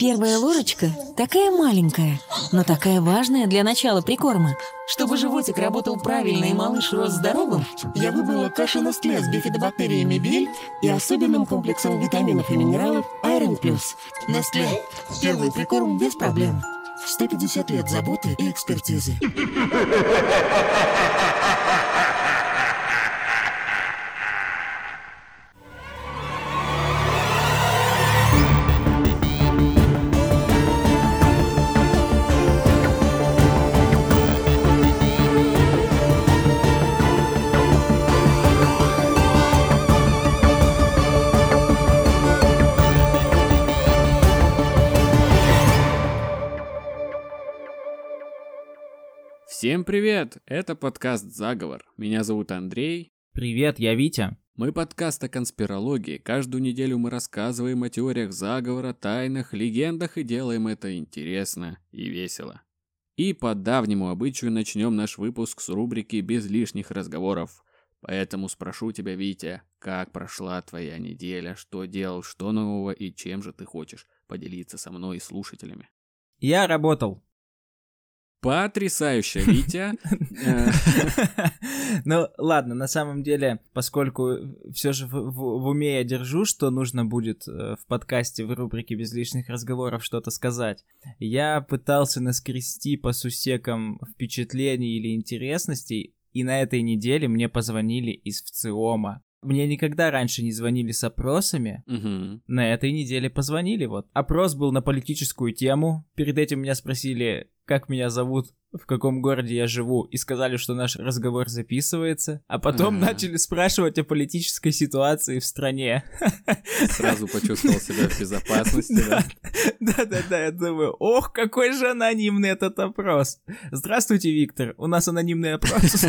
Первая ложечка такая маленькая, но такая важная для начала прикорма. Чтобы животик работал правильно и малыш рос здоровым, я выбрала кашу Nestlé с бифидобактериями Биль и особенным комплексом витаминов и минералов Iron+. Nestlé. Первый прикорм без проблем. 150 лет заботы и экспертизы. Всем привет! Это подкаст «Заговор». Меня зовут Андрей. Привет, я Витя. Мы подкаст о конспирологии. Каждую неделю мы рассказываем о теориях заговора, тайнах, легендах и делаем это интересно и весело. И по давнему обычаю начнем наш выпуск с рубрики «Без лишних разговоров». Поэтому спрошу тебя, Витя, как прошла твоя неделя, что делал, что нового и чем же ты хочешь поделиться со мной и слушателями? Я работал. Потрясающе, Витя. Ну, ладно, на самом деле, поскольку все же в уме я держу, что нужно будет в подкасте в рубрике «Без лишних разговоров» что-то сказать, я пытался наскрести по сусекам впечатлений или интересностей, и на этой неделе мне позвонили из ВЦИОМа. Мне никогда раньше не звонили с опросами, на этой неделе позвонили вот. Опрос был на политическую тему, перед этим меня спросили, как меня зовут, в каком городе я живу, и сказали, что наш разговор записывается, а потом начали спрашивать о политической ситуации в стране. Сразу почувствовал себя в безопасности, да? Да, я думаю, ох, какой же анонимный этот опрос. Здравствуйте, Виктор, у нас анонимный опрос.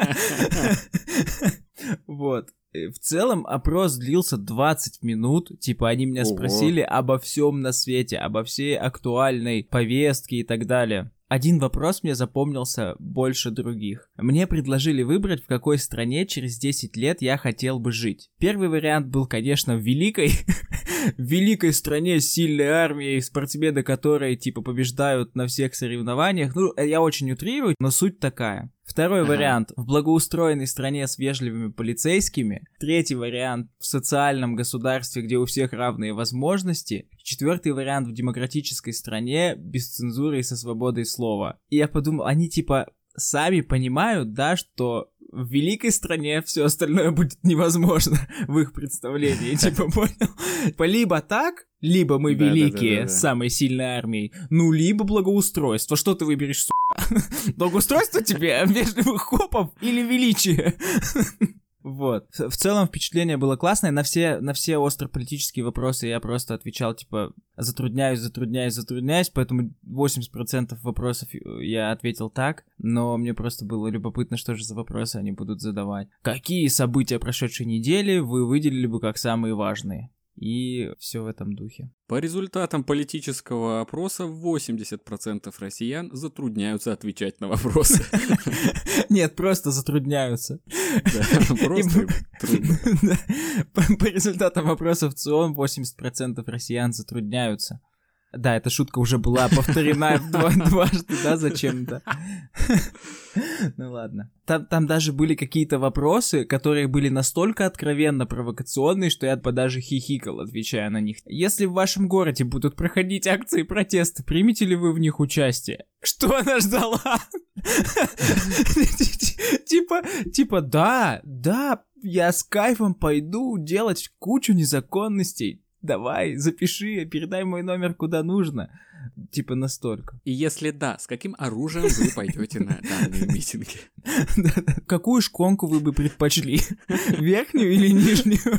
Вот. В целом опрос длился 20 минут, типа они меня спросили обо всем на свете, обо всей актуальной повестке и так далее. Один вопрос мне запомнился больше других. Мне предложили выбрать, в какой стране через 10 лет я хотел бы жить. Первый вариант был, конечно, в великой стране с сильной армией, спортсмены, которые, типа, побеждают на всех соревнованиях. Ну, я очень утрирую, но суть такая. Второй вариант — в благоустроенной стране с вежливыми полицейскими. Третий вариант — в социальном государстве, где у всех равные возможности. Четвертый вариант — в демократической стране, без цензуры и со свободой слова. И я подумал, они типа сами понимают, да, что в великой стране все остальное будет невозможно в их представлении, типа, понял? Либо так, либо мы великие с самой сильной армией, ну, либо благоустройство. Что ты выберешь, сука? Благоустройство тебе, вежливых копов или величие? Вот. В целом впечатление было классное. На все острополитические вопросы я просто отвечал, типа, затрудняюсь, поэтому 80% вопросов я ответил так, но мне просто было любопытно, что же за вопросы они будут задавать. Какие события прошедшей недели вы выделили бы как самые важные? И все в этом духе. По результатам политического опроса 80% россиян затрудняются отвечать на вопросы. Нет, просто затрудняются. Да, просто трудно. По результатам опросов ЦИОМ 80% россиян затрудняются. Да, эта шутка уже была повторена дважды, да, зачем-то. Ну ладно. Там даже были какие-то вопросы, которые были настолько откровенно провокационные, что я даже хихикал, отвечая на них. Если в вашем городе будут проходить акции протеста, примете ли вы в них участие? Что она ждала? Типа, да, я с кайфом пойду делать кучу незаконностей. Давай, запиши, передай мой номер куда нужно. Типа настолько. И если да, с каким оружием вы пойдете на данные митинги? Какую шконку вы бы предпочли? Верхнюю или нижнюю?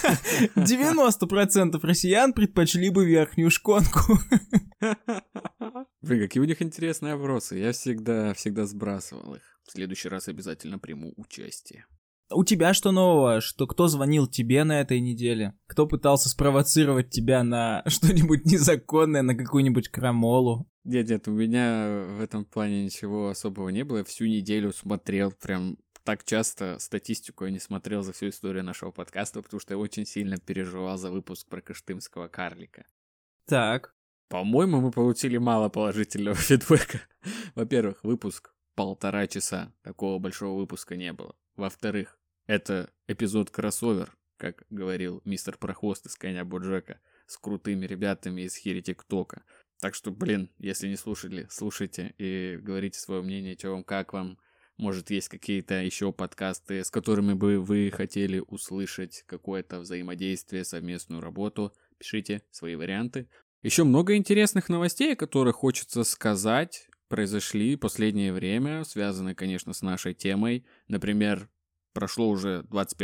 90% россиян предпочли бы верхнюю шконку. Блин, какие у них интересные вопросы. Я всегда сбрасывал их. В следующий раз обязательно приму участие. У тебя что нового? Кто звонил тебе на этой неделе? Кто пытался спровоцировать тебя на что-нибудь незаконное, на какую-нибудь крамолу? Нет, у меня в этом плане ничего особого не было. Я всю неделю смотрел прям так часто статистику я не смотрел за всю историю нашего подкаста, потому что я очень сильно переживал за выпуск про кыштымского карлика. Так. По-моему, мы получили мало положительного фидбэка. Во-первых, выпуск 1,5 часа. Такого большого выпуска не было. Во-вторых, это эпизод кроссовер, как говорил мистер Прохвост из Коня Боджека, с крутыми ребятами из Heretic Talk'а. Так что, если не слушали, слушайте и говорите свое мнение, что вам, как вам. Может, есть какие-то еще подкасты, с которыми бы вы хотели услышать какое-то взаимодействие, совместную работу. Пишите свои варианты. Еще много интересных новостей, о которых хочется сказать, произошли в последнее время, связаны, конечно, с нашей темой. Например, прошло уже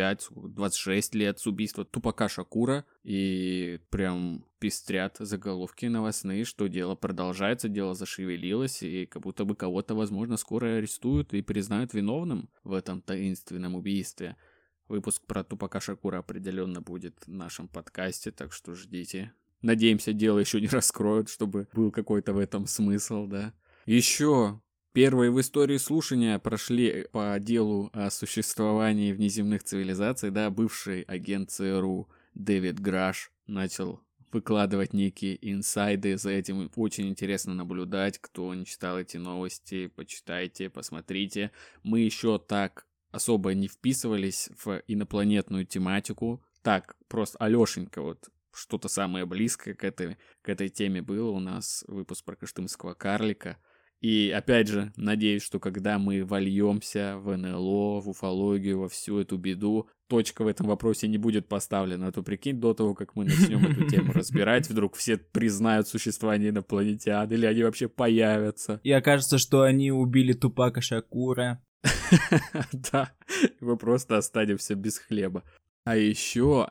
25-26 лет с убийства Тупака Шакура, и прям пестрят заголовки новостные, что дело продолжается, дело зашевелилось, и как будто бы кого-то, возможно, скоро арестуют и признают виновным в этом таинственном убийстве. Выпуск про Тупака Шакура определенно будет в нашем подкасте, так что ждите. Надеемся, дело еще не раскроют, чтобы был какой-то в этом смысл, да. Еще первые в истории слушания прошли по делу о существовании внеземных цивилизаций, да, бывший агент ЦРУ Дэвид Граш начал выкладывать некие инсайды, за этим очень интересно наблюдать, кто не читал эти новости, почитайте, посмотрите. Мы еще так особо не вписывались в инопланетную тематику, так, просто Алешенька вот что-то самое близкое к этой теме было у нас, выпуск про кыштымского карлика. И опять же, надеюсь, что когда мы вольемся в НЛО, в уфологию, во всю эту беду, точка в этом вопросе не будет поставлена. А то прикинь, до того, как мы начнем эту тему разбирать, вдруг все признают существование инопланетян, или они вообще появятся. И окажется, что они убили Тупака Шакура. Да, мы просто останемся без хлеба. А еще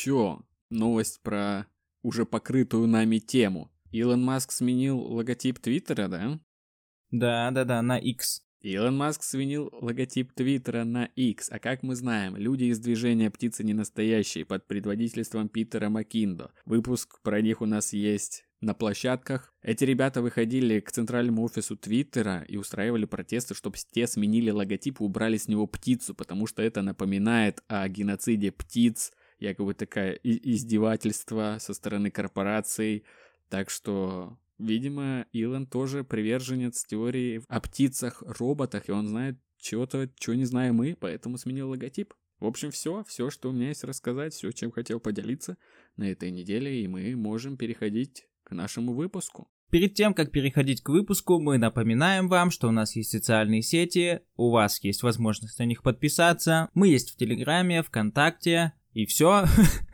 новость про уже покрытую нами тему. Илон Маск сменил логотип Твиттера, да? Да, на X. Илон Маск сменил логотип Твиттера на X, а как мы знаем, люди из движения «Птицы не настоящие» под предводительством Питера Маккиндо. Выпуск про них у нас есть на площадках. Эти ребята выходили к центральному офису Твиттера и устраивали протесты, чтобы те сменили логотип и убрали с него птицу, потому что это напоминает о геноциде птиц, якобы такое издевательство со стороны корпораций. Так что, видимо, Илон тоже приверженец теории о птицах-роботах, и он знает чего-то, чего не знаем мы, поэтому сменил логотип. В общем, все, что у меня есть рассказать, все, чем хотел поделиться на этой неделе, и мы можем переходить к нашему выпуску. Перед тем, как переходить к выпуску, мы напоминаем вам, что у нас есть социальные сети, у вас есть возможность на них подписаться, мы есть в Телеграме, ВКонтакте, и все.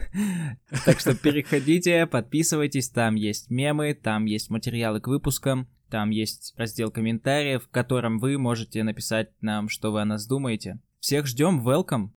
Так что переходите, подписывайтесь, там есть мемы, там есть материалы к выпускам, там есть раздел комментариев, в котором вы можете написать нам, что вы о нас думаете. Всех ждем, welcome!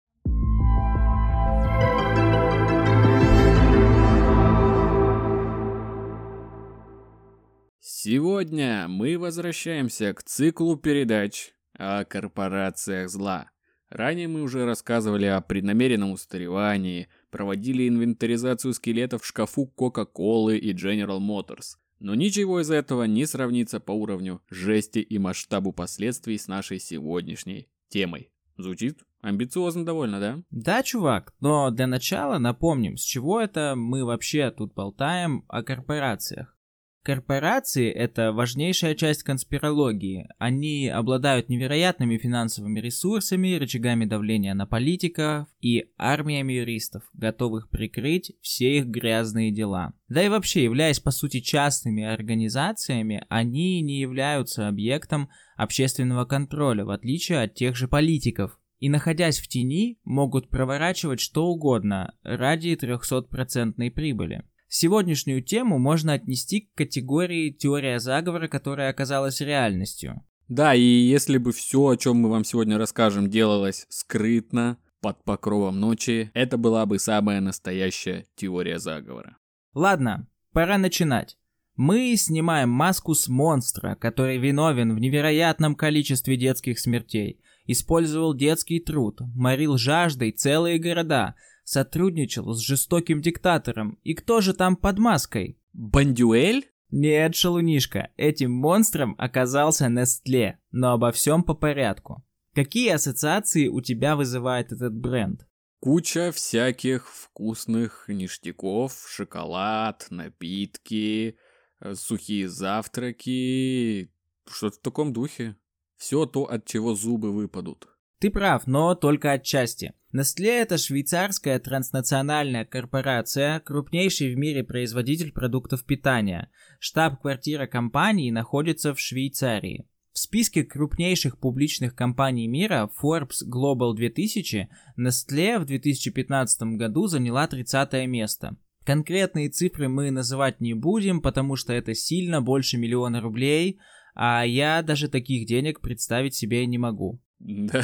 Сегодня мы возвращаемся к циклу передач о корпорациях зла. Ранее мы уже рассказывали о преднамеренном устаревании, проводили инвентаризацию скелетов в шкафу Coca-Cola и General Motors. Но ничего из этого не сравнится по уровню жести и масштабу последствий с нашей сегодняшней темой. Звучит амбициозно довольно, да? Да, чувак, но для начала напомним, с чего это мы вообще тут болтаем о корпорациях. Корпорации – это важнейшая часть конспирологии. Они обладают невероятными финансовыми ресурсами, рычагами давления на политиков и армиями юристов, готовых прикрыть все их грязные дела. Да и вообще, являясь по сути частными организациями, они не являются объектом общественного контроля, в отличие от тех же политиков. И находясь в тени, могут проворачивать что угодно ради 300% прибыли. Сегодняшнюю тему можно отнести к категории теория заговора, которая оказалась реальностью. Да, и если бы все, о чем мы вам сегодня расскажем, делалось скрытно, под покровом ночи, это была бы самая настоящая теория заговора. Ладно, пора начинать. Мы снимаем маску с монстра, который виновен в невероятном количестве детских смертей, использовал детский труд, морил жаждой целые города, сотрудничал с жестоким диктатором. И кто же там под маской? Бондюэль? Нет, шалунишка, этим монстром оказался Nestlé, но обо всем по порядку. Какие ассоциации у тебя вызывает этот бренд? Куча всяких вкусных ништяков, шоколад, напитки, сухие завтраки, что-то в таком духе. Все то, от чего зубы выпадут. Ты прав, но только отчасти. Nestlé — это швейцарская транснациональная корпорация, крупнейший в мире производитель продуктов питания. Штаб-квартира компании находится в Швейцарии. В списке крупнейших публичных компаний мира Forbes Global 2000 Nestlé в 2015 году заняла 30 место. Конкретные цифры мы называть не будем, потому что это сильно больше 1 000 000 рублей, а я даже таких денег представить себе не могу. Да.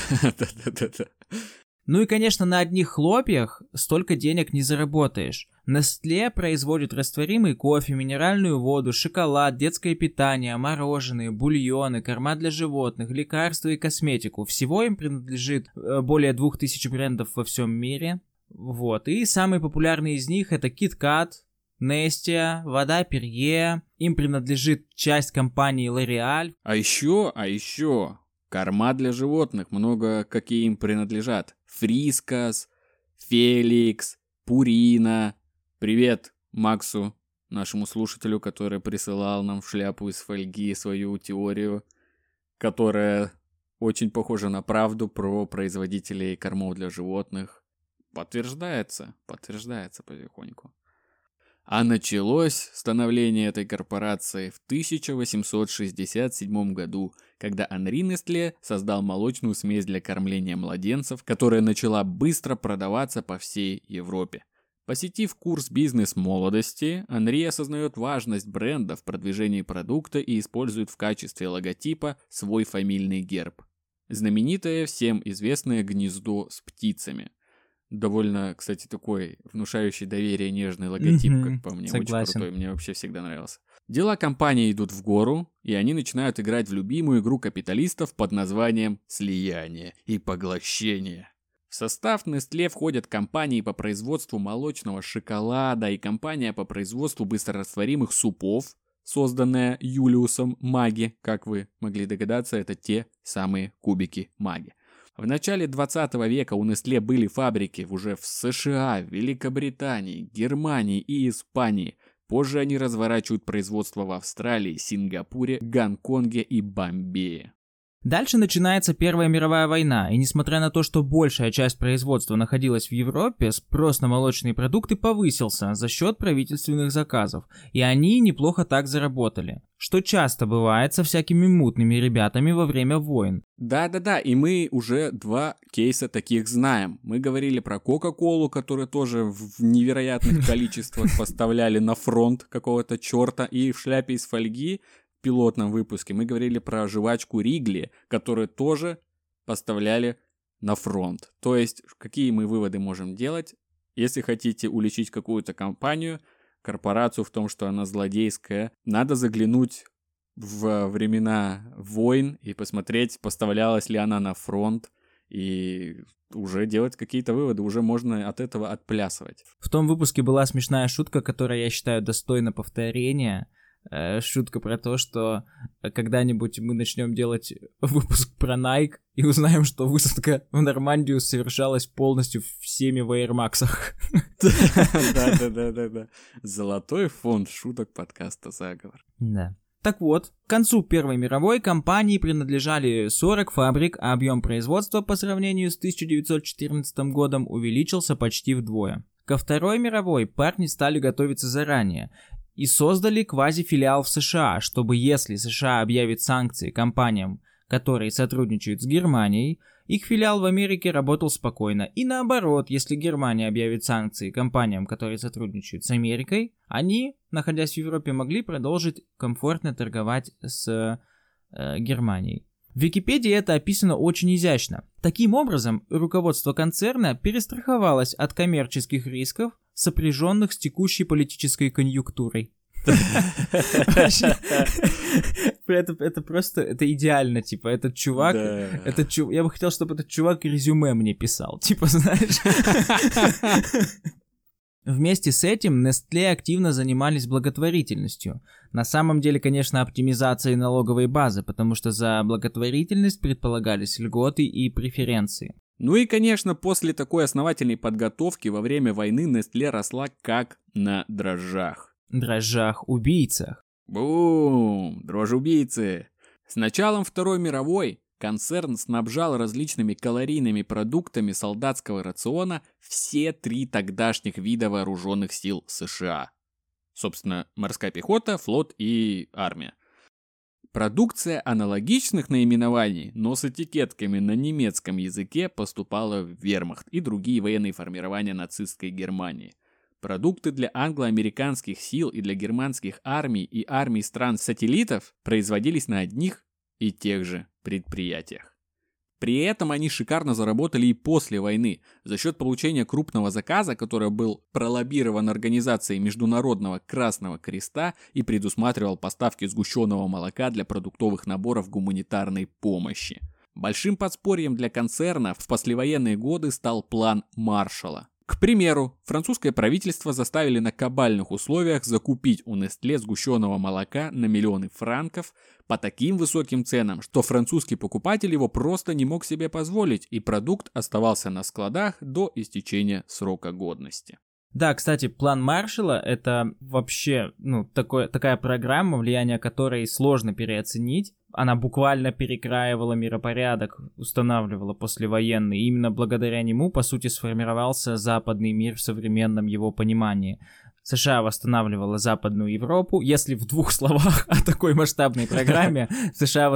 Ну и, конечно, на одних хлопьях столько денег не заработаешь. Nestlé производит растворимый кофе, минеральную воду, шоколад, детское питание, мороженое, бульоны, корма для животных, лекарства и косметику. Всего им принадлежит более 2000 брендов во всем мире. Вот. И самые популярные из них это KitKat, Nestea, вода Perrier. Им принадлежит часть компании L'Oréal. А еще корма для животных, много какие им принадлежат. Фрискас, Феликс, Пурина. Привет Максу, нашему слушателю, который присылал нам в шляпу из фольги свою теорию, которая очень похожа на правду про производителей кормов для животных. Подтверждается потихоньку. А началось становление этой корпорации в 1867 году, когда Анри Nestlé создал молочную смесь для кормления младенцев, которая начала быстро продаваться по всей Европе. Посетив курс «Бизнес молодости», Анри осознает важность бренда в продвижении продукта и использует в качестве логотипа свой фамильный герб. Знаменитое всем известное гнездо с птицами. Довольно, кстати, такой внушающий доверие нежный логотип, как по мне. Согласен. Очень крутой, мне вообще всегда нравился. Дела компании идут в гору, и они начинают играть в любимую игру капиталистов под названием «Слияние и поглощение». В состав Nestlé входят компании по производству молочного шоколада и компания по производству быстрорастворимых супов, созданная Юлиусом Маги. Как вы могли догадаться, это те самые кубики Маги. В начале 20 века у Nestlé были фабрики уже в США, Великобритании, Германии и Испании. Позже они разворачивают производство в Австралии, Сингапуре, Гонконге и Бомбее. Дальше начинается Первая мировая война, и несмотря на то, что большая часть производства находилась в Европе, спрос на молочные продукты повысился за счет правительственных заказов, и они неплохо так заработали, что часто бывает со всякими мутными ребятами во время войн. Да, и мы уже 2 кейса таких знаем. Мы говорили про Кока-Колу, которую тоже в невероятных количествах поставляли на фронт какого-то черта, и в шляпе из фольги в пилотном выпуске мы говорили про жвачку Ригли, которую тоже поставляли на фронт. То есть, какие мы выводы можем делать? Если хотите уличить какую-то компанию, корпорацию в том, что она злодейская, надо заглянуть в времена войн и посмотреть, поставлялась ли она на фронт, и уже делать какие-то выводы, уже можно от этого отплясывать. В том выпуске была смешная шутка, которая, я считаю, достойна повторения. Шутка про то, что когда-нибудь мы начнем делать выпуск про Nike и узнаем, что высадка в Нормандию совершалась полностью всеми в Air Max'ах. Да. Золотой фонд шуток подкаста «Заговор». Да. Так вот, к концу Первой мировой компании принадлежали 40 фабрик, а объем производства по сравнению с 1914 годом увеличился почти вдвое. Ко Второй мировой парни стали готовиться заранее и создали квазифилиал в США, чтобы если США объявит санкции компаниям, которые сотрудничают с Германией, их филиал в Америке работал спокойно. И наоборот, если Германия объявит санкции компаниям, которые сотрудничают с Америкой, они, находясь в Европе, могли продолжить комфортно торговать с Германией. В Википедии это описано очень изящно. Таким образом, руководство концерна перестраховалось от коммерческих рисков, сопряженных с текущей политической конъюнктурой. Это просто, это идеально, типа, этот чувак, я бы хотел, чтобы этот чувак резюме мне писал, типа, знаешь. Вместе с этим Nestlé активно занимались благотворительностью. На самом деле, конечно, оптимизацией налоговой базы, потому что за благотворительность предполагались льготы и преференции. Ну и, конечно, после такой основательной подготовки во время войны Nestlé росла как на дрожжах. Дрожжах-убийцах. Бум! Дрожь-убийцы! С началом Второй мировой концерн снабжал различными калорийными продуктами солдатского рациона все 3 тогдашних вида вооруженных сил США. Собственно, морская пехота, флот и армия. Продукция аналогичных наименований, но с этикетками на немецком языке поступала в вермахт и другие военные формирования нацистской Германии. Продукты для англо-американских сил и для германских армий и армий стран-сателлитов производились на одних и тех же предприятиях. При этом они шикарно заработали и после войны за счет получения крупного заказа, который был пролоббирован организацией Международного Красного Креста и предусматривал поставки сгущенного молока для продуктовых наборов гуманитарной помощи. Большим подспорьем для концерна в послевоенные годы стал план Маршалла. К примеру, французское правительство заставили на кабальных условиях закупить у Nestlé сгущенного молока на миллионы франков по таким высоким ценам, что французский покупатель его просто не мог себе позволить, и продукт оставался на складах до истечения срока годности. Да, кстати, план Маршалла — это вообще такая программа, влияние которой сложно переоценить. Она буквально перекраивала миропорядок, устанавливала послевоенный. И именно благодаря нему, по сути, сформировался западный мир в современном его понимании. США восстанавливала Западную Европу. Если в 2 словах о такой масштабной программе, США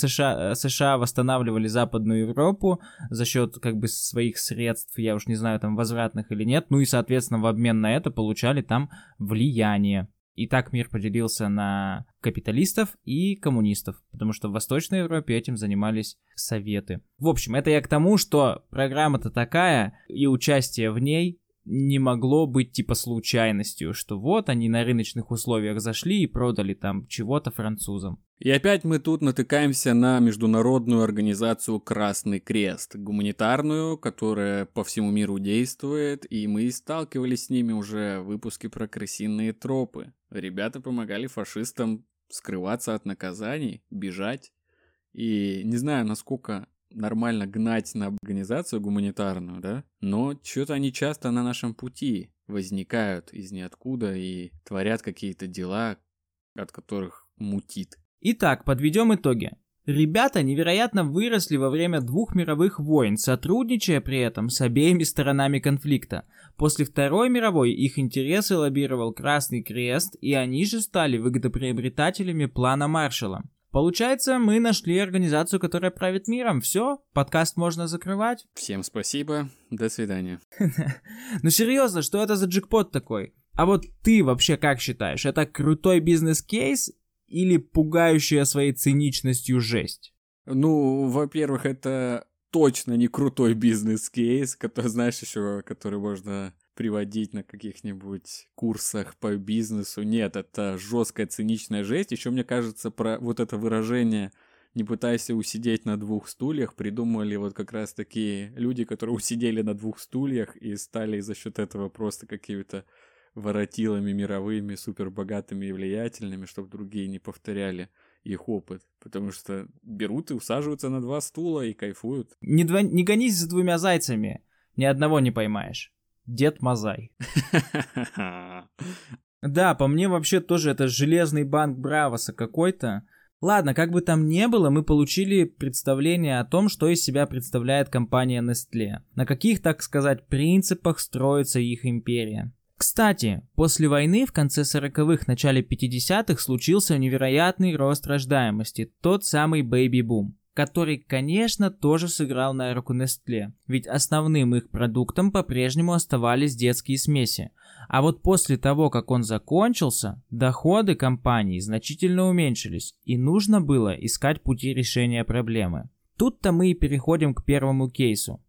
восстанавливали Западную Европу за счет своих средств, я уж не знаю, там возвратных или нет. Ну и, соответственно, в обмен на это получали там влияние. И так мир поделился на капиталистов и коммунистов, потому что в Восточной Европе этим занимались Советы. В общем, это я к тому, что программа-то такая, и участие в ней не могло быть типа случайностью, что вот они на рыночных условиях зашли и продали там чего-то французам. И опять мы тут натыкаемся на международную организацию Красный Крест, гуманитарную, которая по всему миру действует, и мы сталкивались с ними уже в выпуске про крысиные тропы. Ребята помогали фашистам скрываться от наказаний, бежать. И не знаю, насколько нормально гнать на организацию гуманитарную, да? Но что-то они часто на нашем пути возникают из ниоткуда и творят какие-то дела, от которых мутит. Итак, подведем итоги. Ребята невероятно выросли во время 2 мировых войн, сотрудничая при этом с обеими сторонами конфликта. После Второй мировой их интересы лоббировал Красный Крест, и они же стали выгодоприобретателями плана Маршалла. Получается, мы нашли организацию, которая правит миром. Все, подкаст можно закрывать. Всем спасибо, до свидания. Ну серьезно, что это за джекпот такой? А вот ты вообще как считаешь, это крутой бизнес-кейс или пугающая своей циничностью жесть? Ну, во-первых, это точно не крутой бизнес-кейс, который, знаешь, еще, который можно приводить на каких-нибудь курсах по бизнесу. Нет, это жесткая циничная жесть. Еще, мне кажется, про вот это выражение «не пытайся усидеть на 2 стульях» придумали вот как раз такие люди, которые усидели на 2 стульях и стали за счет этого просто какими-то воротилами мировыми, супербогатыми и влиятельными, чтобы другие не повторяли их опыт. Потому что берут и усаживаются на 2 стула и кайфуют. Не гонись за 2 зайцами, ни одного не поймаешь. Дед Мазай. Да, по мне вообще тоже это железный банк Бравоса какой-то. Ладно, как бы там ни было, мы получили представление о том, что из себя представляет компания Nestlé. На каких, так сказать, принципах строится их империя. Кстати, после войны в конце 40-х, начале 50-х случился невероятный рост рождаемости, тот самый бэйби-бум, который, конечно, тоже сыграл на руку Nestlé, ведь основным их продуктом по-прежнему оставались детские смеси. А вот после того, как он закончился, доходы компании значительно уменьшились, и нужно было искать пути решения проблемы. Тут-то мы и переходим к первому кейсу.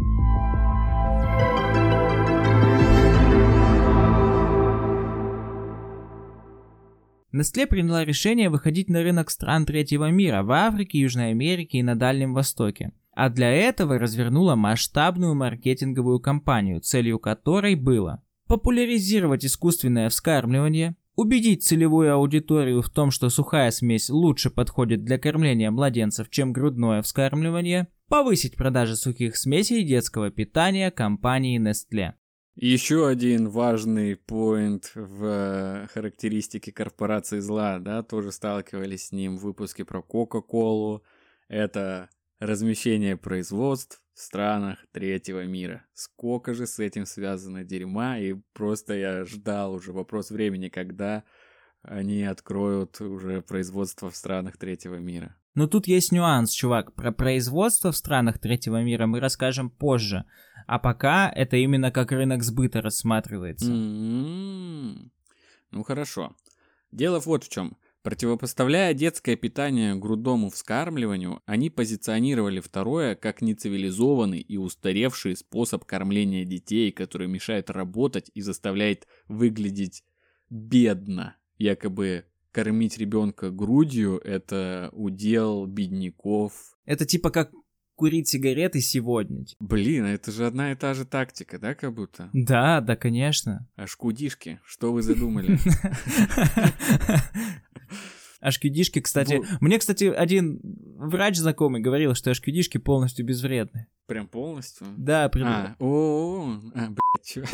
Nestlé приняла решение выходить на рынок стран третьего мира в Африке, Южной Америке и на Дальнем Востоке. А для этого развернула масштабную маркетинговую кампанию, целью которой было популяризировать искусственное вскармливание, убедить целевую аудиторию в том, что сухая смесь лучше подходит для кормления младенцев, чем грудное вскармливание, повысить продажи сухих смесей детского питания компании Nestlé. Еще один важный поинт в характеристике корпорации зла, да, тоже сталкивались с ним в выпуске про Кока-Колу. Это размещение производств в странах третьего мира. Сколько же с этим связано дерьма, и просто я ждал уже вопрос времени, когда они откроют уже производство в странах третьего мира. Но тут есть нюанс, чувак. Про производство в странах третьего мира мы расскажем позже. А пока это именно как рынок сбыта рассматривается. Ну хорошо. Дело вот в чем. Противопоставляя детское питание грудному вскармливанию, они позиционировали второе как нецивилизованный и устаревший способ кормления детей, который мешает работать и заставляет выглядеть бедно. Якобы кормить ребенка грудью – это удел бедняков. Это типа как курить сигареты сегодня. Блин, это же одна и та же тактика, да, как будто? Да, конечно. А шкудишки, что вы задумали? HQD-шки, кстати... Мне, кстати, один врач знакомый говорил, что HQD-шки полностью безвредны. Прям полностью? Да, прям... блядь, чё?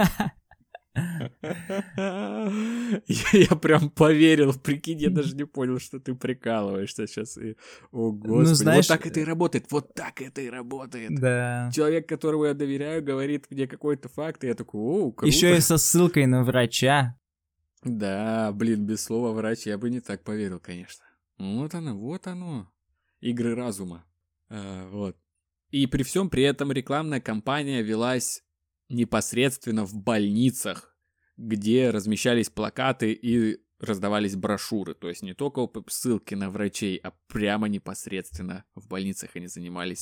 Я прям поверил, прикинь, я даже не понял, что ты прикалываешься сейчас. О, господи, ну, знаешь, вот так это и работает, вот так это и работает. Да. Человек, которому я доверяю, говорит мне какой-то факт, и я такой, о, круто. Еще и со ссылкой на врача. Да, блин, без слова врач я бы не так поверил, конечно. Вот оно. Игры разума. Вот. И при всем при этом рекламная кампания велась непосредственно в больницах, где размещались плакаты и раздавались брошюры. То есть не только ссылки на врачей, а прямо непосредственно в больницах они занимались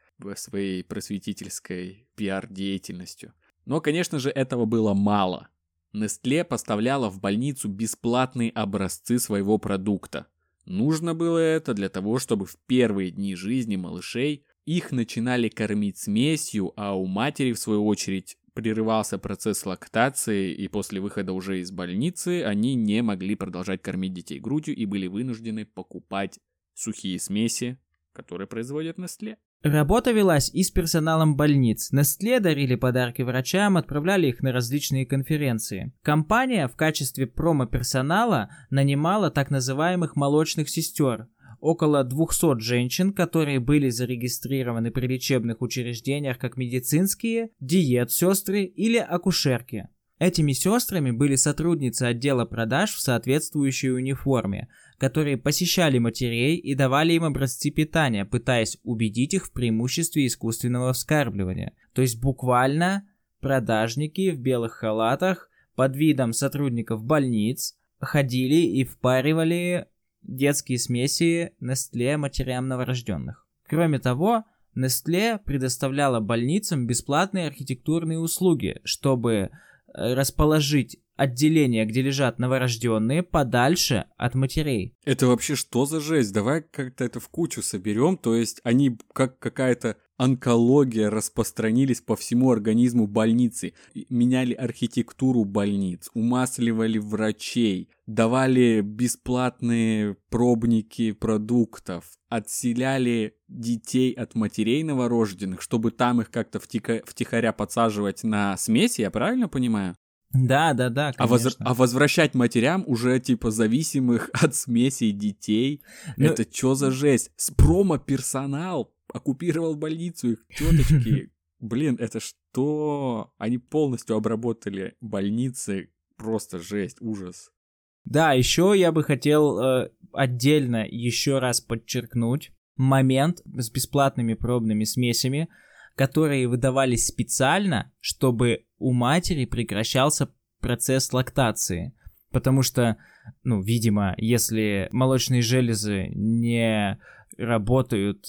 своей просветительской пиар-деятельностью. Но, конечно же, этого было мало. Nestlé поставляла в больницу бесплатные образцы своего продукта. Нужно было это для того, чтобы в первые дни жизни малышей их начинали кормить смесью, а у матери, в свою очередь, прерывался процесс лактации, и после выхода уже из больницы они не могли продолжать кормить детей грудью и были вынуждены покупать сухие смеси, которые производит Nestlé. Работа велась и с персоналом больниц. Nestlé дарили подарки врачам, отправляли их на различные конференции. Компания в качестве промо-персонала нанимала так называемых молочных сестер. Около 200 женщин, которые были зарегистрированы при лечебных учреждениях как медицинские, диет-сестры или акушерки. Этими сестрами были сотрудницы отдела продаж в соответствующей униформе, которые посещали матерей и давали им образцы питания, пытаясь убедить их в преимуществе искусственного вскармливания. То есть буквально продажники в белых халатах под видом сотрудников больниц ходили и впаривали детские смеси Nestlé матерям новорожденных. Кроме того, Nestlé предоставляла больницам бесплатные архитектурные услуги, чтобы расположить отделение, где лежат новорожденные, подальше от матерей. Это вообще что за жесть? Давай как-то это в кучу соберем. То есть они как какая-то онкология распространились по всему организму больницы, меняли архитектуру больниц, умасливали врачей, давали бесплатные пробники продуктов, отселяли детей от матерей новорожденных, чтобы там их как-то втихаря подсаживать на смеси, я правильно понимаю? Да, конечно. А возвращать матерям уже типа зависимых от смесей детей. Это чё за жесть? Промо-персонал оккупировал больницу, их теточки. Блин, это что? Они полностью обработали больницы. Просто жесть, ужас. Да, еще я бы хотел отдельно еще раз подчеркнуть момент с бесплатными пробными смесями, которые выдавались специально, чтобы у матери прекращался процесс лактации. Потому что, видимо, если молочные железы не работают,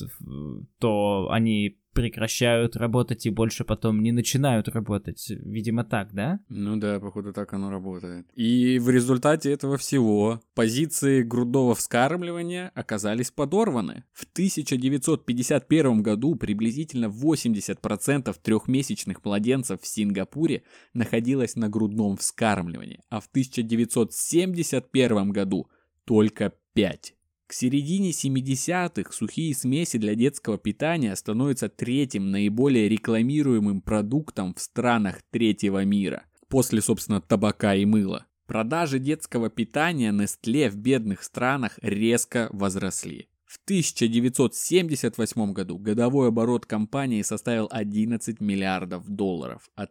то они прекращают работать и больше потом не начинают работать. Видимо, так, да? Ну да, походу так оно работает. И в результате этого всего позиции грудного вскармливания оказались подорваны. В 1951 году приблизительно 80% трехмесячных младенцев в Сингапуре находилось на грудном вскармливании, а в 1971 году только 5%. К середине 70-х сухие смеси для детского питания становятся третьим наиболее рекламируемым продуктом в странах третьего мира, после, собственно, табака и мыла. Продажи детского питания Nestlé в бедных странах резко возросли. В 1978 году годовой оборот компании составил $11 миллиардов, а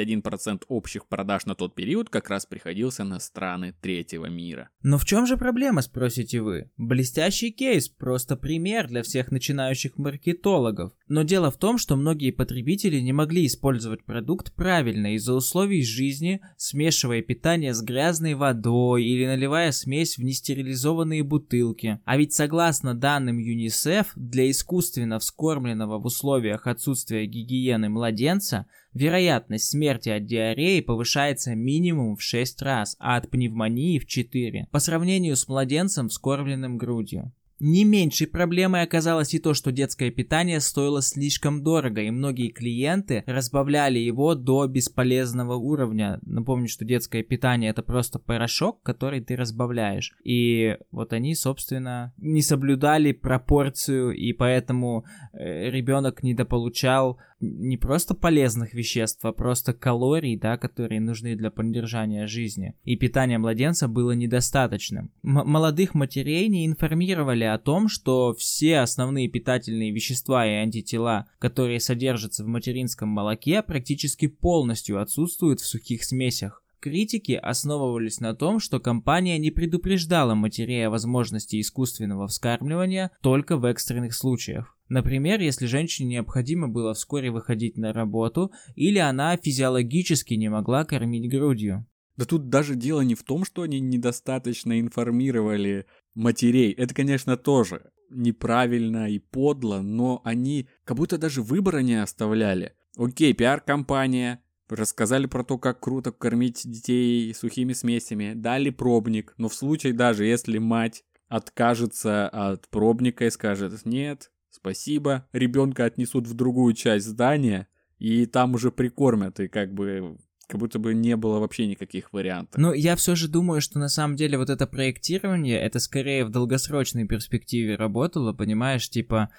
31% общих продаж на тот период как раз приходился на страны третьего мира. Но в чем же проблема, спросите вы? Блестящий кейс, просто пример для всех начинающих маркетологов. Но дело в том, что многие потребители не могли использовать продукт правильно из-за условий жизни, смешивая питание с грязной водой или наливая смесь в нестерилизованные бутылки. А ведь согласно данным ЮНИСЕФ, для искусственно вскормленного в условиях отсутствия гигиены младенца вероятность смерти от диареи повышается минимум в 6 раз, а от пневмонии в 4, по сравнению с младенцем, вскормленным грудью. Не меньшей проблемой оказалось и то, что детское питание стоило слишком дорого, и многие клиенты разбавляли его до бесполезного уровня. Напомню, что детское питание — это просто порошок, который ты разбавляешь. И вот они, собственно, не соблюдали пропорцию, и поэтому ребенок недополучал не просто полезных веществ, а просто калорий, да, которые нужны для поддержания жизни. И питание младенца было недостаточным. Молодых матерей не информировали о том, что все основные питательные вещества и антитела, которые содержатся в материнском молоке, практически полностью отсутствуют в сухих смесях. Критики основывались на том, что компания не предупреждала матерей о возможности искусственного вскармливания только в экстренных случаях. Например, если женщине необходимо было вскоре выходить на работу, или она физиологически не могла кормить грудью. Да тут даже дело не в том, что они недостаточно информировали матерей. Это, конечно, тоже неправильно и подло, но они как будто даже выбора не оставляли. Окей, пиар-компания, рассказали про то, как круто кормить детей сухими смесями, дали пробник, но в случае даже если мать откажется от пробника и скажет «нет, спасибо», ребенка отнесут в другую часть здания, и там уже прикормят, и как будто бы не было вообще никаких вариантов. Ну, я все же думаю, что на самом деле вот это проектирование, это скорее в долгосрочной перспективе работало, понимаешь, типа,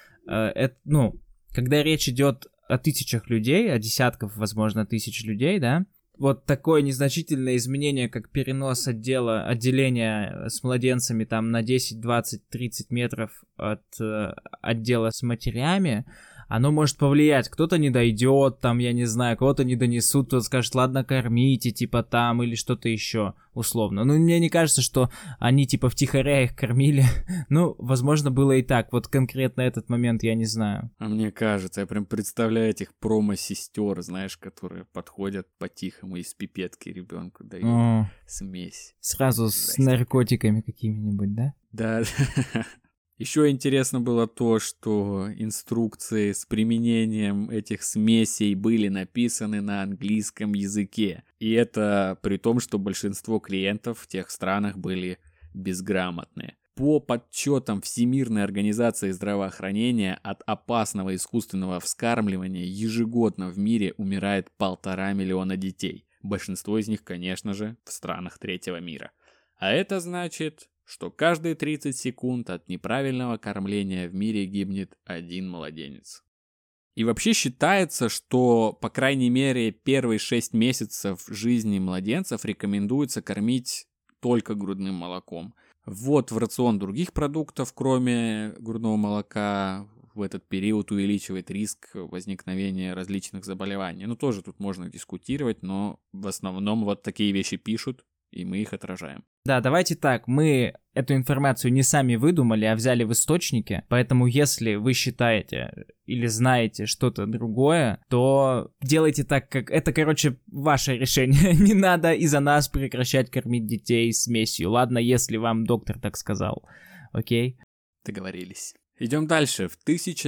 когда речь идет о тысячах людей, о десятках, возможно, тысяч людей, да, вот такое незначительное изменение, как перенос отделения с младенцами там на 10, 20, 30 метров от отдела с матерями, оно может повлиять. Кто-то не дойдет, там, я не знаю, кого-то не донесут, кто-то скажет, ладно, кормите, типа там, или что-то еще, условно. Ну, мне не кажется, что они, типа, втихаря их кормили. Ну, возможно, было и так. Вот конкретно этот момент я не знаю. А мне кажется, я прям представляю этих промо-сестер, знаешь, которые подходят по-тихому и с пипетки ребенку дают смесь. Сразу с наркотиками какими-нибудь, да? Да. Еще интересно было то, что инструкции с применением этих смесей были написаны на английском языке. И это при том, что большинство клиентов в тех странах были безграмотные. По подсчетам Всемирной организации здравоохранения, от опасного искусственного вскармливания ежегодно в мире умирает 1,5 миллиона детей. Большинство из них, конечно же, в странах третьего мира. А это значит, что каждые 30 секунд от неправильного кормления в мире гибнет 1 младенец. И вообще считается, что, по крайней мере, первые 6 месяцев жизни младенцев рекомендуется кормить только грудным молоком. Ввод в рацион других продуктов, кроме грудного молока, в этот период увеличивает риск возникновения различных заболеваний. Ну, тоже тут можно дискутировать, но в основном вот такие вещи пишут, и мы их отражаем. Да, давайте так, мы эту информацию не сами выдумали, а взяли в источнике, поэтому если вы считаете или знаете что-то другое, то делайте так, как... Это, короче, ваше решение. Не надо из-за нас прекращать кормить детей смесью. Ладно, если вам доктор так сказал. Окей? Договорились. Идем дальше. В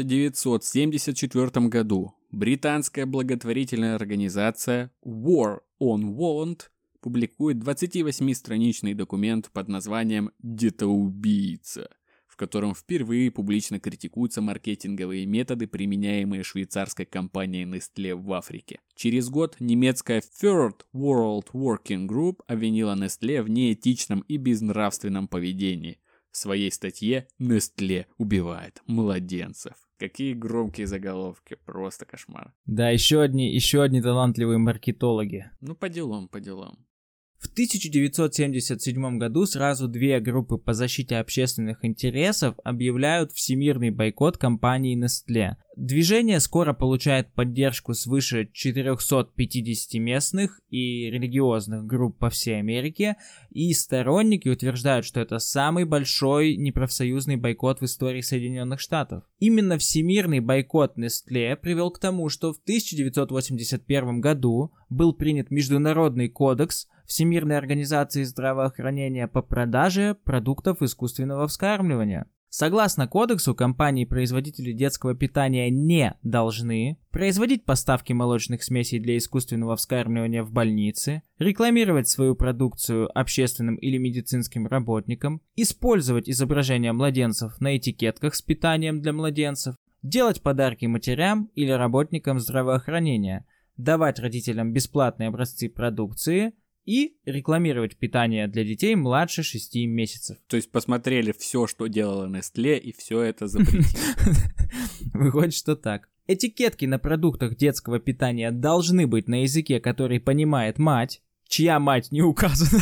1974 году британская благотворительная организация War on Want публикует 28-страничный документ под названием «Детоубийца», в котором впервые публично критикуются маркетинговые методы, применяемые швейцарской компанией Nestlé в Африке. Через год немецкая Third World Working Group обвинила Nestlé в неэтичном и безнравственном поведении. в своей статье «Nestlé убивает младенцев». Какие громкие заголовки, просто кошмар. Да, еще одни талантливые маркетологи. Ну, по делам, по делам. В 1977 году сразу две группы по защите общественных интересов объявляют всемирный бойкот компании Nestlé. Движение скоро получает поддержку свыше 450 местных и религиозных групп по всей Америке, и сторонники утверждают, что это самый большой непрофсоюзный бойкот в истории Соединенных Штатов. Именно всемирный бойкот Nestlé привел к тому, что в 1981 году был принят Международный кодекс Всемирной организации здравоохранения по продаже продуктов искусственного вскармливания. Согласно кодексу, компании-производители детского питания не должны производить поставки молочных смесей для искусственного вскармливания в больницы, рекламировать свою продукцию общественным или медицинским работникам, использовать изображения младенцев на этикетках с питанием для младенцев, делать подарки матерям или работникам здравоохранения, давать родителям бесплатные образцы продукции и рекламировать питание для детей младше 6 месяцев. То есть посмотрели все, что делала Nestlé, и все это запретили. Выходит, что так. Этикетки на продуктах детского питания должны быть на языке, который понимает мать, чья мать не указана.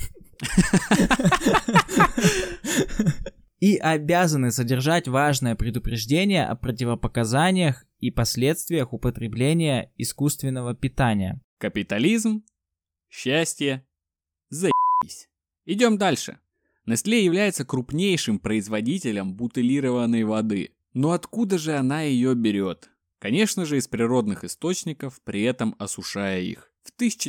И обязаны содержать важное предупреждение о противопоказаниях и последствиях употребления искусственного питания. Капитализм, счастье, заебись. Идем дальше. Nestlé является крупнейшим производителем бутылированной воды. Но откуда же она ее берет? Конечно же, из природных источников, при этом осушая их. В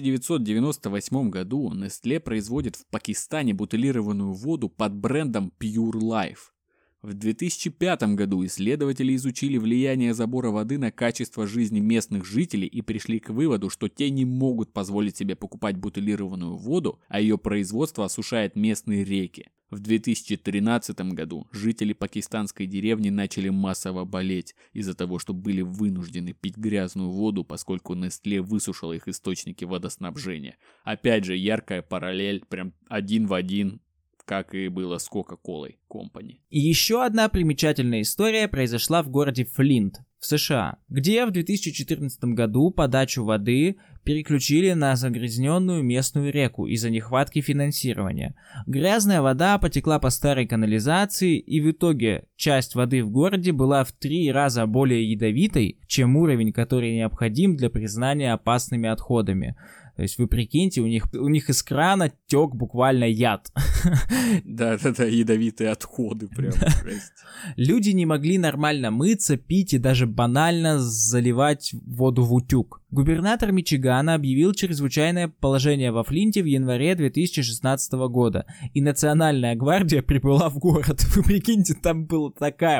1998 году Nestlé производит в Пакистане бутылированную воду под брендом Pure Life. В 2005 году исследователи изучили влияние забора воды на качество жизни местных жителей и пришли к выводу, что те не могут позволить себе покупать бутылированную воду, а ее производство осушает местные реки. В 2013 году жители пакистанской деревни начали массово болеть из-за того, что были вынуждены пить грязную воду, поскольку Nestlé высушила их источники водоснабжения. Опять же, яркая параллель, прям один в один, как и было с Coca-Cola Company. И еще одна примечательная история произошла в городе Флинт в США, где в 2014 году подачу воды переключили на загрязненную местную реку из-за нехватки финансирования. Грязная вода потекла по старой канализации, и в итоге часть воды в городе была в 3 раза более ядовитой, чем уровень, который необходим для признания опасными отходами. То есть вы прикиньте, у них из крана тек буквально яд. Да-да-да, ядовитые отходы прям. Люди не могли нормально мыться, пить и даже банально заливать воду в утюг. Губернатор Мичигана объявил чрезвычайное положение во Флинте в январе 2016 года, и Национальная гвардия прибыла в город. Вы прикиньте, там была такая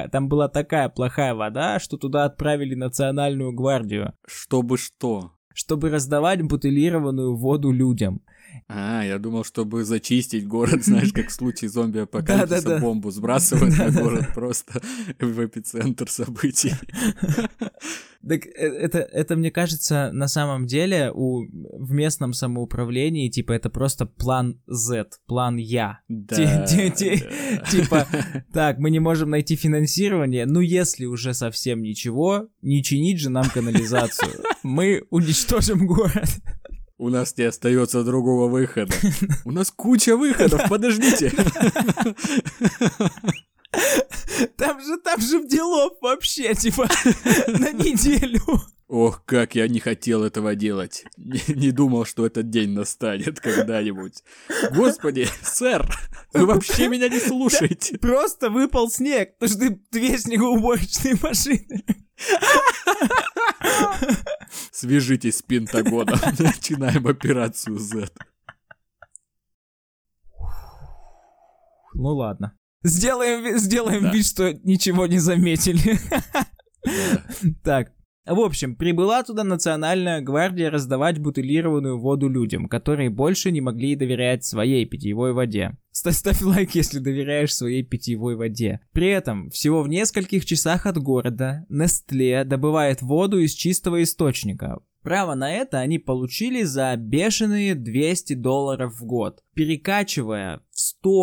плохая вода, что туда отправили Национальную гвардию. Чтобы что? Чтобы раздавать бутылированную воду людям. Я думал, чтобы зачистить город, знаешь, как в случае зомби-апокалипсиса, бомбу сбрасывают на город просто в эпицентр событий. Так это, мне кажется, на самом деле в местном самоуправлении, типа, это просто план Z, план Я. Типа, так, мы не можем найти финансирование, если уже совсем ничего, не чинить же нам канализацию. Мы уничтожим город. У нас не остается другого выхода. У нас куча выходов, подождите. Там же делов вообще, типа, на неделю. Ох, как я не хотел этого делать. Не думал, что этот день настанет когда-нибудь. Господи, сэр, вы вообще меня не слушаете. Просто выпал снег, нужны 2 снегоуборочные машины. Свяжитесь с Пентагоном, начинаем операцию Z. Ну ладно. Сделаем вид, что ничего не заметили. Так. В общем, прибыла туда Национальная гвардия раздавать бутылированную воду людям, которые больше не могли доверять своей питьевой воде. Ставь лайк, если доверяешь своей питьевой воде. При этом, всего в нескольких часах от города Nestlé добывает воду из чистого источника. Право на это они получили за бешеные $200 в год, перекачивая в 100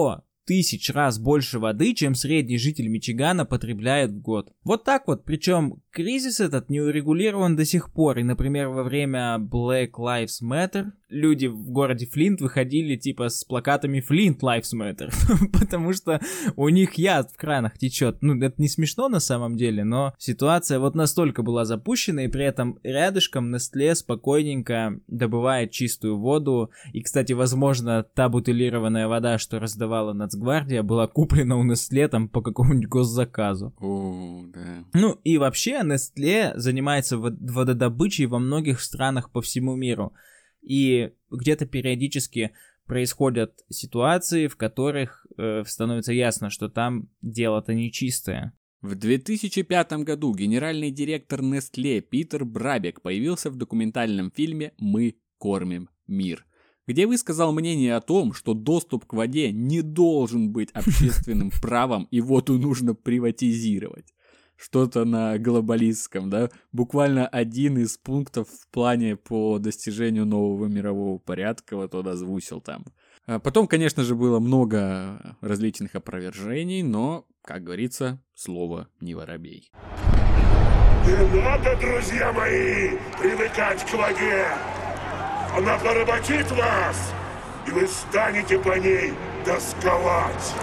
тысяч раз больше воды, чем средний житель Мичигана потребляет в год. Вот так вот, причем кризис этот не урегулирован до сих пор, и, например, во время Black Lives Matter люди в городе Флинт выходили типа с плакатами Flint Lives Matter, потому что у них яд в кранах течет. Ну, это не смешно на самом деле, но ситуация вот настолько была запущена, и при этом рядышком Nestlé спокойненько добывает чистую воду. И, кстати, возможно, та бутылированная вода, что раздавала Нацгвардия, была куплена у Nestlé там по какому-нибудь госзаказу. Да. Ну и вообще Nestlé занимается вододобычей во многих странах по всему миру. И где-то периодически происходят ситуации, в которых становится ясно, что там дело-то нечистое. В 2005 году генеральный директор Nestlé Питер Брабек появился в документальном фильме «Мы кормим мир», где высказал мнение о том, что доступ к воде не должен быть общественным правом и воду нужно приватизировать. Что-то на глобалистском, да? Буквально один из пунктов в плане по достижению нового мирового порядка, вот он озвучил там. А потом, конечно же, было много различных опровержений, но, как говорится, слово не воробей. Не надо, друзья мои, привыкать к воде. Она поработит вас, и вы станете по ней тосковать.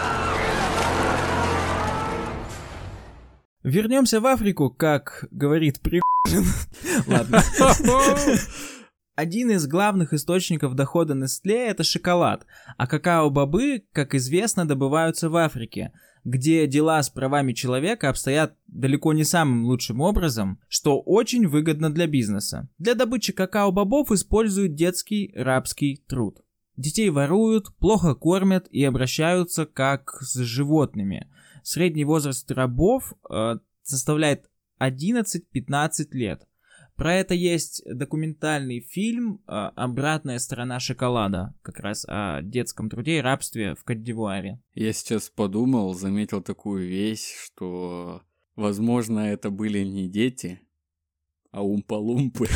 Вернемся в Африку, как говорит Пригожин. Ладно. Один из главных источников дохода Nestlé — это шоколад, а какао-бобы, как известно, добываются в Африке, где дела с правами человека обстоят далеко не самым лучшим образом, что очень выгодно для бизнеса. Для добычи какао-бобов используют детский рабский труд. Детей воруют, плохо кормят и обращаются как с животными. Средний возраст рабов составляет 11-15 лет. Про это есть документальный фильм «Обратная сторона шоколада», как раз о детском труде и рабстве в Кот-д'Ивуаре. Я сейчас подумал, заметил такую вещь, что, возможно, это были не дети, а умпа-лумпы.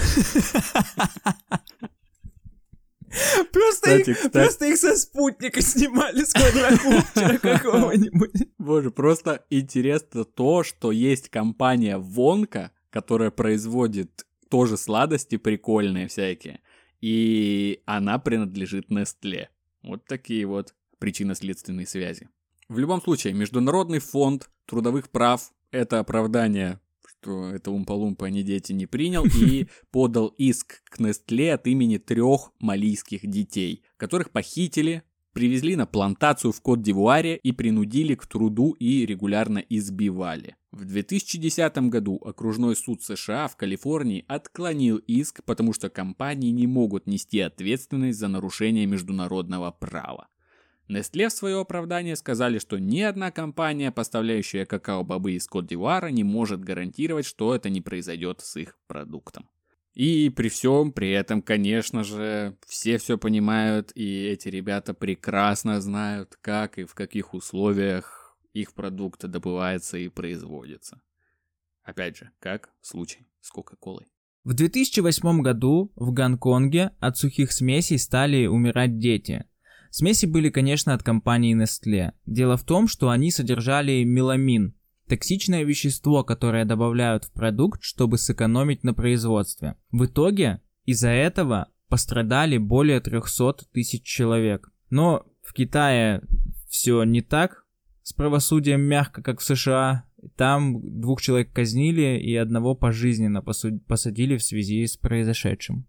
Просто их со спутника снимали, с квадрокоптера какого-нибудь. Боже, просто интересно то, что есть компания Вонка, которая производит тоже сладости прикольные всякие, и она принадлежит Nestlé. Вот такие вот причинно-следственные связи. В любом случае, Международный фонд трудовых прав это оправдание, что это умпа-лумпа, они дети, не принял, и подал иск к Nestlé от имени 3 малийских детей, которых похитили, привезли на плантацию в Кот-д'Ивуаре и принудили к труду и регулярно избивали. В 2010 году окружной суд США в Калифорнии отклонил иск, потому что компании не могут нести ответственность за нарушение международного права. Nestlé в свое оправдание сказали, что ни одна компания, поставляющая какао-бобы из Кот-д'Ивуара, не может гарантировать, что это не произойдет с их продуктом. И при всем при этом, конечно же, все понимают, и эти ребята прекрасно знают, как и в каких условиях их продукт добывается и производится. Опять же, как в случае с Кока-Колой. В 2008 году в Гонконге от сухих смесей стали умирать дети. Смеси были, конечно, от компании Nestlé. Дело в том, что они содержали меламин, токсичное вещество, которое добавляют в продукт, чтобы сэкономить на производстве. В итоге из-за этого пострадали более 300 тысяч человек. Но в Китае все не так с правосудием мягко, как в США. Там 2 человек казнили и 1 пожизненно посадили в связи с произошедшим.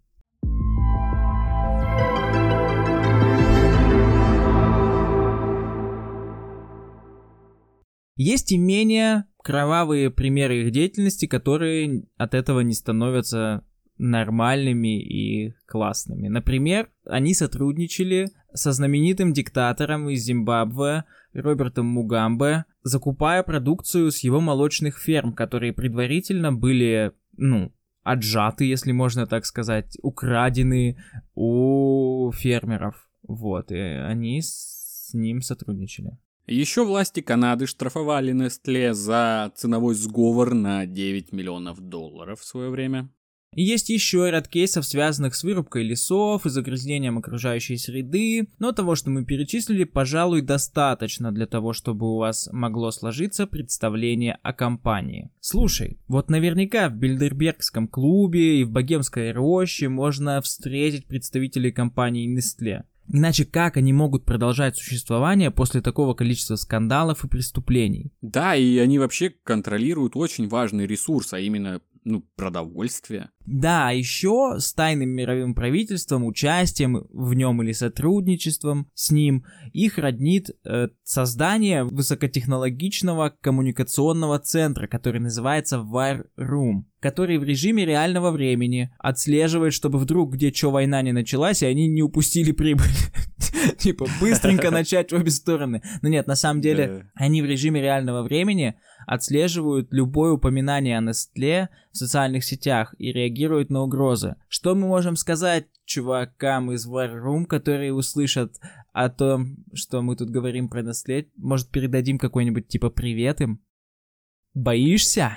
Есть и менее кровавые примеры их деятельности, которые от этого не становятся нормальными и классными. Например, они сотрудничали со знаменитым диктатором из Зимбабве Робертом Мугамбе, закупая продукцию с его молочных ферм, которые предварительно были, отжаты, если можно так сказать, украдены у фермеров. Вот, и они с ним сотрудничали. Еще власти Канады штрафовали Nestlé за ценовой сговор на $9 миллионов в свое время. И есть еще ряд кейсов, связанных с вырубкой лесов и загрязнением окружающей среды, но того, что мы перечислили, пожалуй, достаточно для того, чтобы у вас могло сложиться представление о компании. Слушай, вот наверняка в Бильдербергском клубе и в Богемской роще можно встретить представителей компании Nestlé. Иначе как они могут продолжать существование после такого количества скандалов и преступлений? Да, и они вообще контролируют очень важный ресурс, а именно продовольствие. Да, а еще с тайным мировым правительством, участием в нем или сотрудничеством с ним их роднит создание высокотехнологичного коммуникационного центра, который называется War Room, который в режиме реального времени отслеживает, чтобы вдруг где что война не началась, и они не упустили прибыль. Типа быстренько начать в обе стороны. Но нет, на самом деле они в режиме реального времени отслеживают любое упоминание о Nestlé в социальных сетях и реагируют на угрозы. Что мы можем сказать чувакам из War Room, которые услышат о том, что мы тут говорим про Nestlé? Может, передадим какой-нибудь типа привет им? Боишься?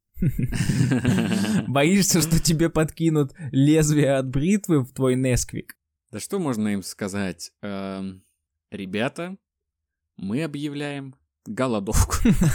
Боишься, что тебе подкинут лезвие от бритвы в твой Несквик? Да что можно им сказать? Ребята, мы объявляем голодовку.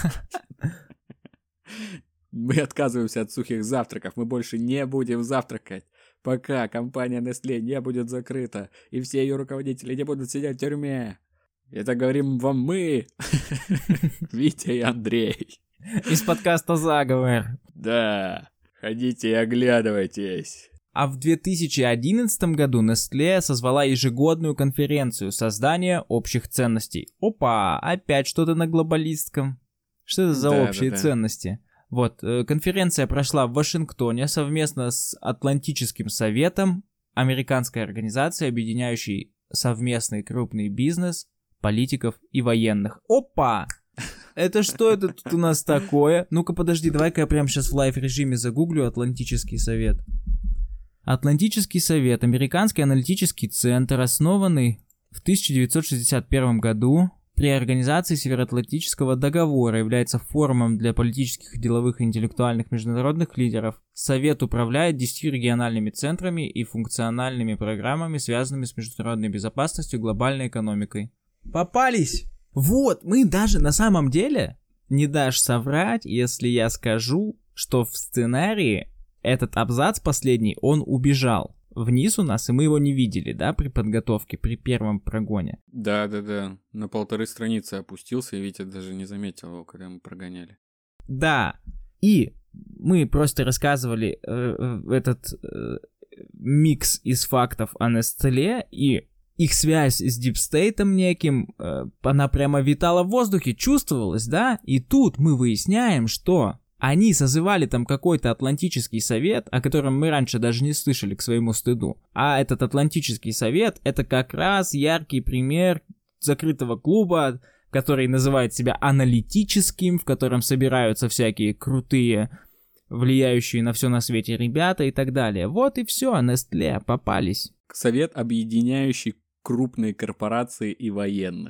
Мы отказываемся от сухих завтраков, мы больше не будем завтракать, пока компания Nestlé не будет закрыта, и все ее руководители не будут сидеть в тюрьме. Это говорим вам мы, Витя и Андрей. Из подкаста «Заговор». Да, ходите и оглядывайтесь. А в 2011 году Nestlé созвала ежегодную конференцию создания общих ценностей. Опа, опять что-то на глобалистском. Что это за общие ценности? Вот, конференция прошла в Вашингтоне совместно с Атлантическим советом, американской организацией, объединяющей совместный крупный бизнес, политиков и военных. Опа! Это что это тут у нас такое? Ну-ка подожди, давай-ка я прямо сейчас в лайв-режиме загуглю Атлантический совет. Атлантический совет, американский аналитический центр, основанный в 1961 году при организации Североатлантического договора, является форумом для политических, деловых и интеллектуальных международных лидеров. Совет управляет 10 региональными центрами и функциональными программами, связанными с международной безопасностью и глобальной экономикой. Попались! Вот, мы даже на самом деле не дашь соврать, если я скажу, что в сценарии этот абзац последний, он убежал вниз у нас, и мы его не видели, да, при подготовке, при первом прогоне. Да, на 1,5 страницы опустился, и Витя даже не заметил его, когда мы прогоняли. Да, и мы просто рассказывали этот микс из фактов о Nestlé, и их связь с дипстейтом неким, она прямо витала в воздухе, чувствовалась, да, и тут мы выясняем, что они созывали там какой-то Атлантический совет, о котором мы раньше даже не слышали, к своему стыду. А этот Атлантический совет — это как раз яркий пример закрытого клуба, который называет себя аналитическим, в котором собираются всякие крутые, влияющие на все на свете ребята и так далее. Вот и все, Nestlé попались. Совет, объединяющий крупные корпорации и военных.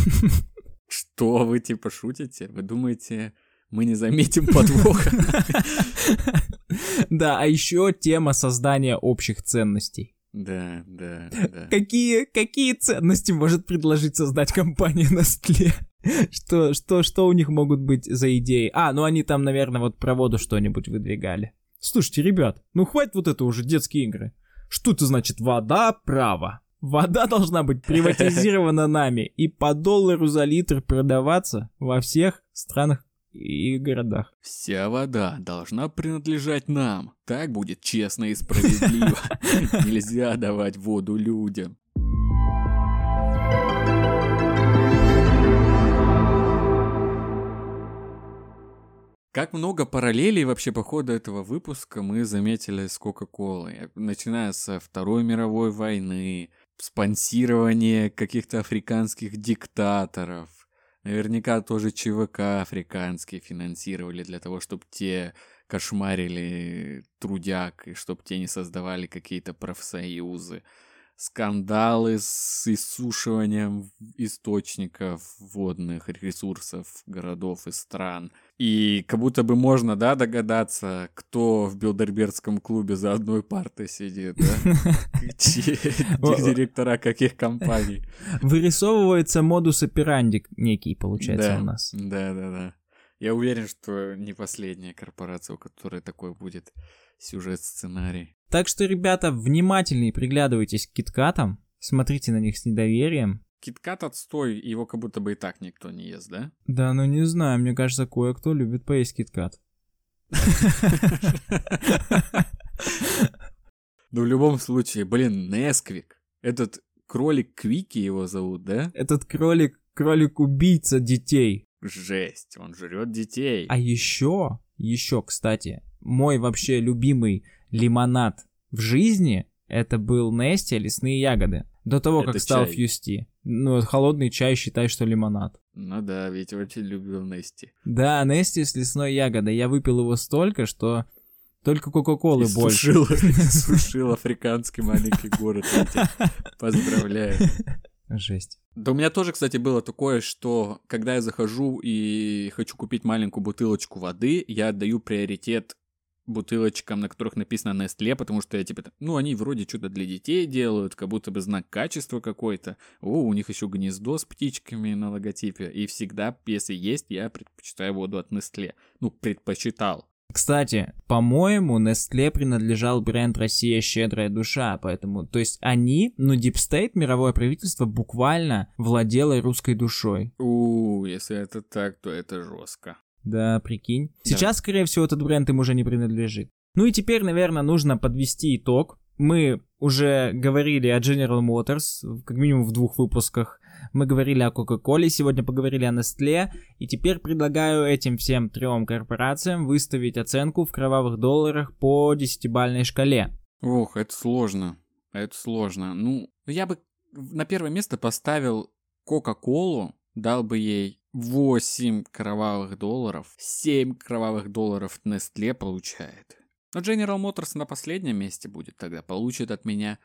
Что вы типа шутите? Вы думаете... Мы не заметим подвоха. Да, а еще тема создания общих ценностей. Да. Какие ценности может предложить создать компания Nestlé? Что у них могут быть за идеи? Ну они там, наверное, вот про воду что-нибудь выдвигали. Слушайте, ребят, ну хватит вот это уже детские игры. Что это значит вода, право? Вода должна быть приватизирована нами и по $1 за литр продаваться во всех странах и городах. Вся вода должна принадлежать нам. Так будет честно и справедливо. Нельзя давать воду людям. Как много параллелей вообще по ходу этого выпуска мы заметили с Кока-Колой. Начиная со Второй мировой войны, спонсирование каких-то африканских диктаторов. Наверняка тоже ЧВК африканские финансировали для того, чтобы те кошмарили трудяг, и чтобы те не создавали какие-то профсоюзы. Скандалы с иссушиванием источников водных ресурсов городов и стран. И как будто бы можно, да, догадаться, кто в Билдербергском клубе за одной партой сидит, да? Директора каких компаний. Вырисовывается модус операнди некий, получается, у нас. Да. Я уверен, что не последняя корпорация, у которой такой будет сюжет-сценарий. Так что, ребята, внимательнее приглядывайтесь к киткатам, смотрите на них с недоверием. Киткат отстой, его как будто бы и так никто не ест, да? Да, ну не знаю, мне кажется, кое-кто любит поесть киткат. Ну, в любом случае, блин, Несквик. Этот кролик Квики его зовут, да? Этот кролик-убийца детей. Жесть, он жрет детей. А еще, кстати, мой вообще любимый лимонад в жизни, это был Нести лесные ягоды. До того, как стал Фьюсти. Ну, холодный чай, считай, что лимонад. Ну да, ведь очень любил Нести. Да, Нести с лесной ягодой. Я выпил его столько, что только Кока-Колы больше. Сушил африканский маленький город. Поздравляю. Жесть. Да у меня тоже, кстати, было такое, что когда я захожу и хочу купить маленькую бутылочку воды, я отдаю приоритет бутылочкам, на которых написано Nestlé, потому что я типа, ну, они вроде что-то для детей делают, как будто бы знак качества какой-то. О, у них еще гнездо с птичками на логотипе. И всегда, если есть, я предпочитаю воду от Nestlé. Ну, предпочитал. Кстати, по-моему, Nestlé принадлежал бренд «Россия щедрая душа», поэтому, то есть они, Deep State, мировое правительство, буквально владело русской душой. Если это так, то это жестко. Да, прикинь. Сейчас, скорее всего, этот бренд им уже не принадлежит. Ну и теперь, наверное, нужно подвести итог. Мы уже говорили о General Motors, как минимум в 2 выпусках. Мы говорили о Coca-Cola, сегодня поговорили о Nestlé. И теперь предлагаю этим всем 3 корпорациям выставить оценку в кровавых долларах по 10-бальной шкале. Ох, это сложно. Ну, я бы на первое место поставил Coca-Cola, дал бы ей 8 кровавых долларов. 7 кровавых долларов Nestlé получает. Но General Motors на последнем месте будет тогда. Получит от меня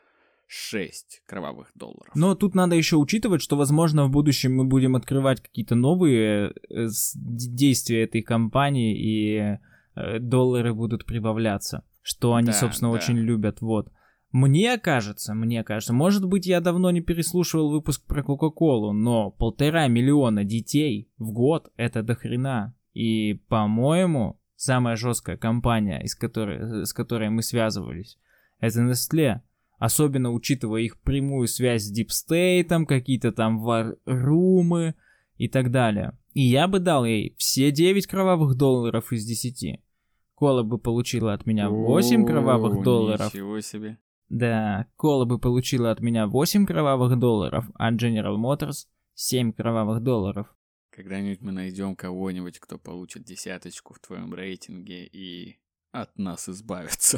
6 кровавых долларов. Но тут надо еще учитывать, что, возможно, в будущем мы будем открывать какие-то новые действия этой компании, и доллары будут прибавляться. Что они, собственно, очень любят. Вот. Мне кажется, может быть, я давно не переслушивал выпуск про Кока-Колу, но 1,5 миллиона детей в год — это дохрена. И, по-моему, самая жесткая компания, с которой мы связывались, это Nestlé. Особенно учитывая их прямую связь с Deep State, какие-то там варрумы и так далее. И я бы дал ей все 9 кровавых долларов из 10. Кола бы получила от меня 8 кровавых долларов. Ничего себе. Да, Кола бы получила от меня 8 кровавых долларов, а General Motors 7 кровавых долларов. Когда-нибудь мы найдем кого-нибудь, кто получит 10 в твоем рейтинге и от нас избавится.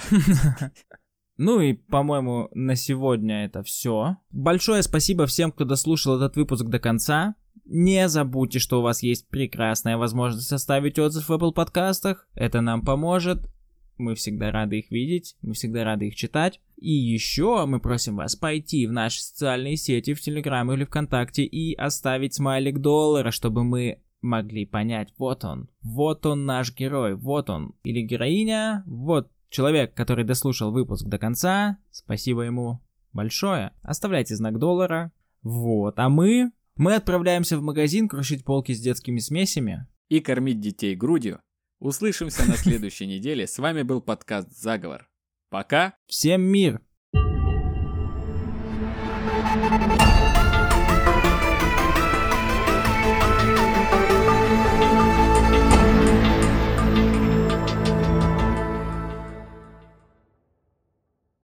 Ну и, по-моему, на сегодня это все. Большое спасибо всем, кто дослушал этот выпуск до конца. Не забудьте, что у вас есть прекрасная возможность оставить отзыв в Apple подкастах. Это нам поможет. Мы всегда рады их видеть, мы всегда рады их читать. И еще мы просим вас пойти в наши социальные сети, в Telegram или ВКонтакте и оставить смайлик доллара, чтобы мы могли понять, вот он наш герой, вот он или героиня, вот человек, который дослушал выпуск до конца. Спасибо ему большое. Оставляйте знак доллара. Вот, а мы отправляемся в магазин крушить полки с детскими смесями и кормить детей грудью. Услышимся на следующей неделе. С вами был подкаст «Заговор». Пока. Всем мир.